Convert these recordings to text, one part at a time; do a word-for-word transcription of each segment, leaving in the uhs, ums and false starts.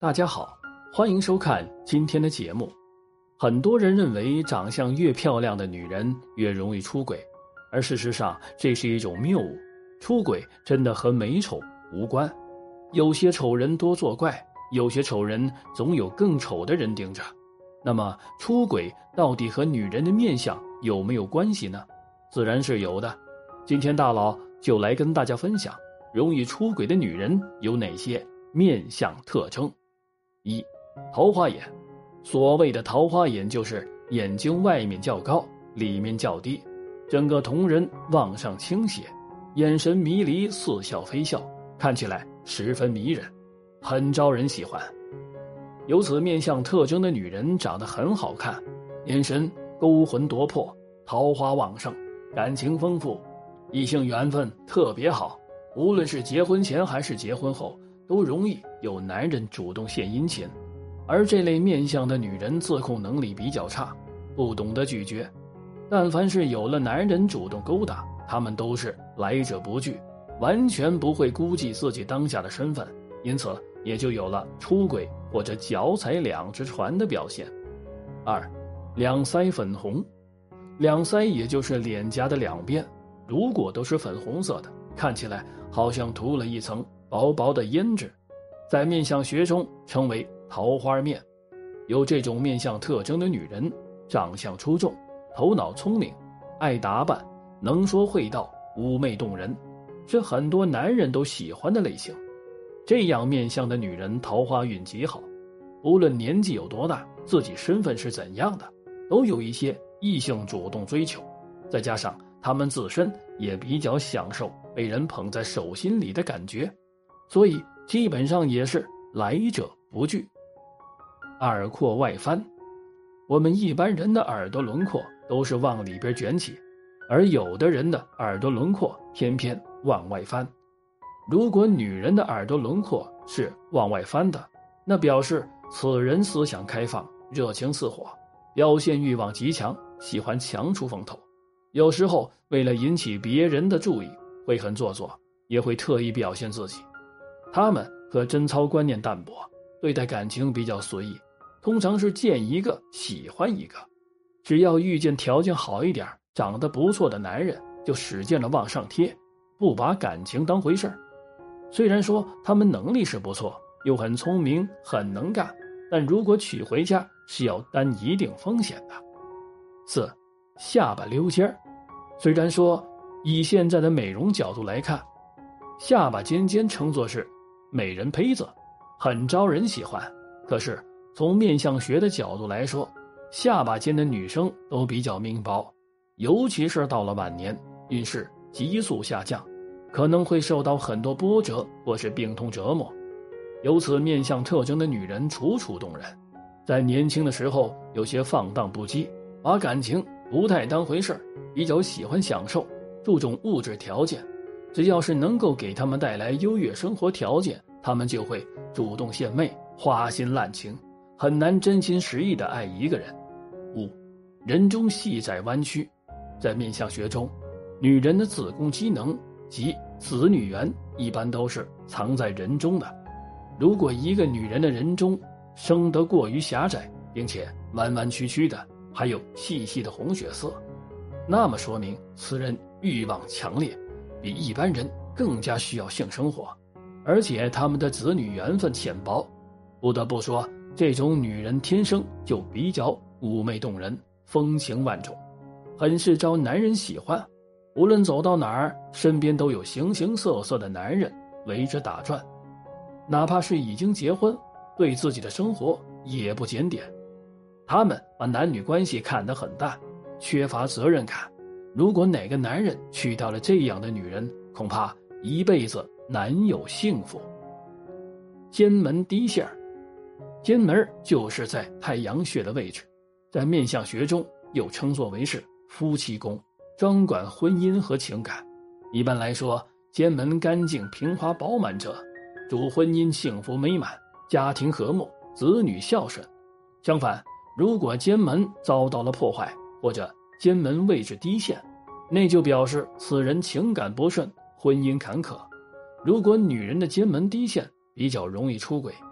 大家好，欢迎收看今天的节目。很多人认为长相越漂亮的女人越容易出轨，而事实上这是一种谬误。出轨真的和美丑无关，有些丑人多作怪，有些丑人总有更丑的人盯着。那么出轨到底和女人的面相有没有关系呢？自然是有的。今天大佬就来跟大家分享容易出轨的女人有哪些面相特征。一、桃花眼。所谓的桃花眼就是眼睛外面较高，里面较低，整个瞳仁往上倾斜，眼神迷离，似笑非笑，看起来十分迷人，很招人喜欢。有此面相特征的女人长得很好看，眼神勾魂夺魄，桃花旺盛，感情丰富，异性缘分特别好，无论是结婚前还是结婚后，都容易有男人主动献殷勤。而这类面相的女人自控能力比较差，不懂得拒绝，但凡是有了男人主动勾搭，她们都是来者不拒，完全不会估计自己当下的身份，因此也就有了出轨或者脚踩两只船的表现。二、两腮粉红。两腮也就是脸颊的两边，如果都是粉红色的，看起来好像涂了一层薄薄的胭脂，在面相学中称为桃花面。有这种面相特征的女人，长相出众，头脑聪明，爱打扮，能说会道，妩媚动人，是很多男人都喜欢的类型。这样面相的女人桃花运极好，无论年纪有多大，自己身份是怎样的，都有一些异性主动追求，再加上她们自身也比较享受被人捧在手心里的感觉，所以基本上也是来者不拒。耳廓外翻。我们一般人的耳朵轮廓都是往里边卷起，而有的人的耳朵轮廓偏偏往外翻。如果女人的耳朵轮廓是往外翻的，那表示此人思想开放，热情似火，表现欲望极强，喜欢强出风头，有时候为了引起别人的注意会很做作，也会特意表现自己。他们和贞操观念淡薄，对待感情比较随意，通常是见一个喜欢一个，只要遇见条件好一点长得不错的男人，就使劲的往上贴，不把感情当回事儿。虽然说他们能力是不错，又很聪明很能干，但如果娶回家是要担一定风险的。四、下巴溜尖儿。虽然说以现在的美容角度来看，下巴尖尖称作是美人胚子，很招人喜欢，可是从面相学的角度来说，下巴尖的女生都比较命薄，尤其是到了晚年，运势急速下降，可能会受到很多波折或是病痛折磨。有此面相特征的女人楚楚动人，在年轻的时候有些放荡不羁，把感情不太当回事，比较喜欢享受，注重物质条件，只要是能够给他们带来优越生活条件，他们就会主动献媚，花心滥情，很难真心实意地爱一个人。五、人中细窄弯曲。在面相学中，女人的子宫机能及子女缘一般都是藏在人中的。如果一个女人的人中生得过于狭窄，并且弯弯曲曲的，还有细细的红血色，那么说明此人欲望强烈，比一般人更加需要性生活，而且他们的子女缘分浅薄。不得不说，这种女人天生就比较妩媚动人，风情万种，很是招男人喜欢。无论走到哪儿，身边都有形形色色的男人围着打转，哪怕是已经结婚，对自己的生活也不检点。他们把男女关系看得很淡，缺乏责任感。如果哪个男人娶到了这样的女人，恐怕一辈子难有幸福。肩门低线。肩门就是在太阳穴的位置，在面相学中又称作为是夫妻宫，专管婚姻和情感。一般来说，肩门干净平滑饱满者，主婚姻幸福美满，家庭和睦，子女孝顺。相反，如果肩门遭到了破坏，或者肩门位置低陷，那就表示此人情感不顺，婚姻坎坷。如果女人的肩门低陷，比较容易出轨。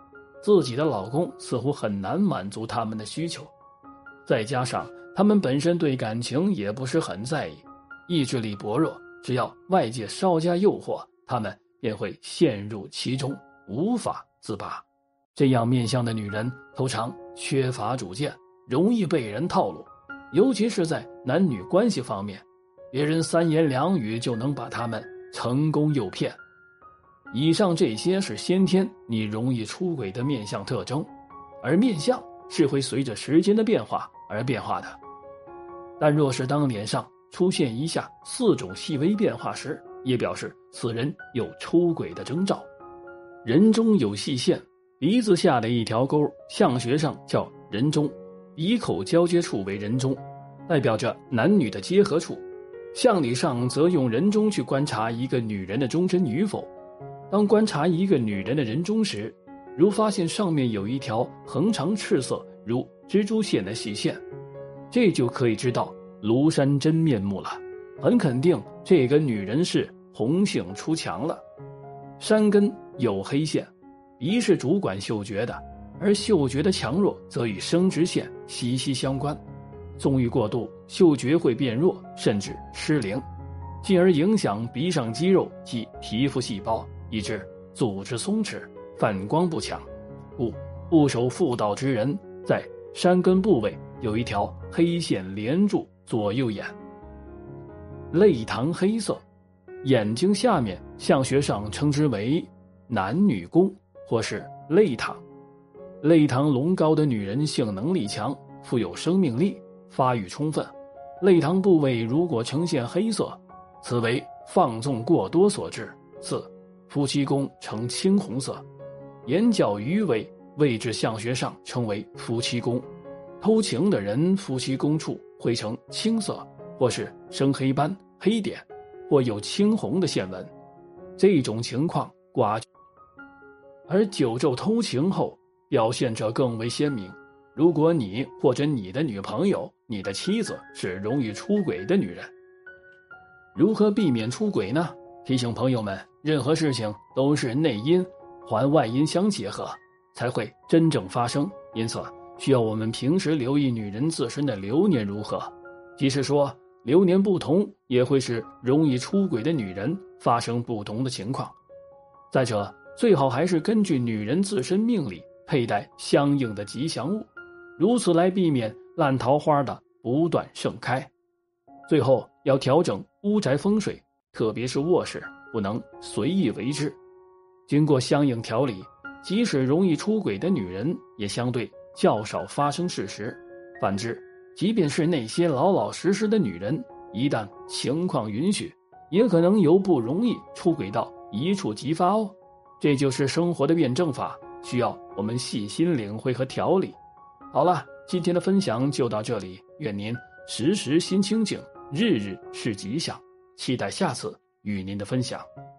自己的老公似乎很难满足他们的需求。再加上他们本身对感情也不是很在意，意志力薄弱，只要外界稍加诱惑，他们便会陷入其中，无法自拔。这样面相的女人通常缺乏主见，容易被人套路，尤其是在男女关系方面，别人三言两语就能把他们成功诱骗。以上这些是先天你容易出轨的面相特征，而面相是会随着时间的变化而变化的。但若是当脸上出现以下四种细微变化时，也表示此人有出轨的征兆。人中有细线，鼻子下的一条沟，相学上叫人中，鼻口交接处为人中，代表着男女的结合处。相理上则用人中去观察一个女人的忠贞与否。当观察一个女人的人中时，如发现上面有一条横长赤色如蜘蛛线的细线，这就可以知道庐山真面目了，很肯定这个女人是红杏出墙了。山根有黑线，鼻是主管嗅觉的，而嗅觉的强弱则与生殖腺息息相关。纵欲过度，嗅觉会变弱，甚至失灵，进而影响鼻上肌肉及皮肤细胞，以致组织松弛，反光不强。故不守妇道之人，在山根部位有一条黑线连住左右眼。泪膛黑色，眼睛下面相学上称之为男女宫或是泪膛。泪膛隆高的女人性能力强，富有生命力，发育充分。泪膛部位如果呈现黑色，此为放纵过多所致。四、夫妻宫呈青红色，眼角鱼尾位置相学上称为夫妻宫。偷情的人夫妻宫处会呈青色，或是生黑斑、黑点，或有青红的线纹。这种情况寡，而久昼偷情后表现者更为鲜明。如果你或者你的女朋友、你的妻子是容易出轨的女人，如何避免出轨呢？提醒朋友们，任何事情都是内因环外因相结合，才会真正发生。因此，需要我们平时留意女人自身的流年如何。即使说流年不同，也会使容易出轨的女人发生不同的情况。再者，最好还是根据女人自身命理佩戴相应的吉祥物，如此来避免烂桃花的不断盛开。最后要调整屋宅风水，特别是卧室，不能随意为之。经过相应调理，即使容易出轨的女人也相对较少发生事实。反之，即便是那些老老实实的女人，一旦情况允许，也可能由不容易出轨到一触即发哦。这就是生活的辩证法，需要我们细心领会和调理。好了，今天的分享就到这里，愿您时时心清静，日日是吉祥，期待下次与您的分享。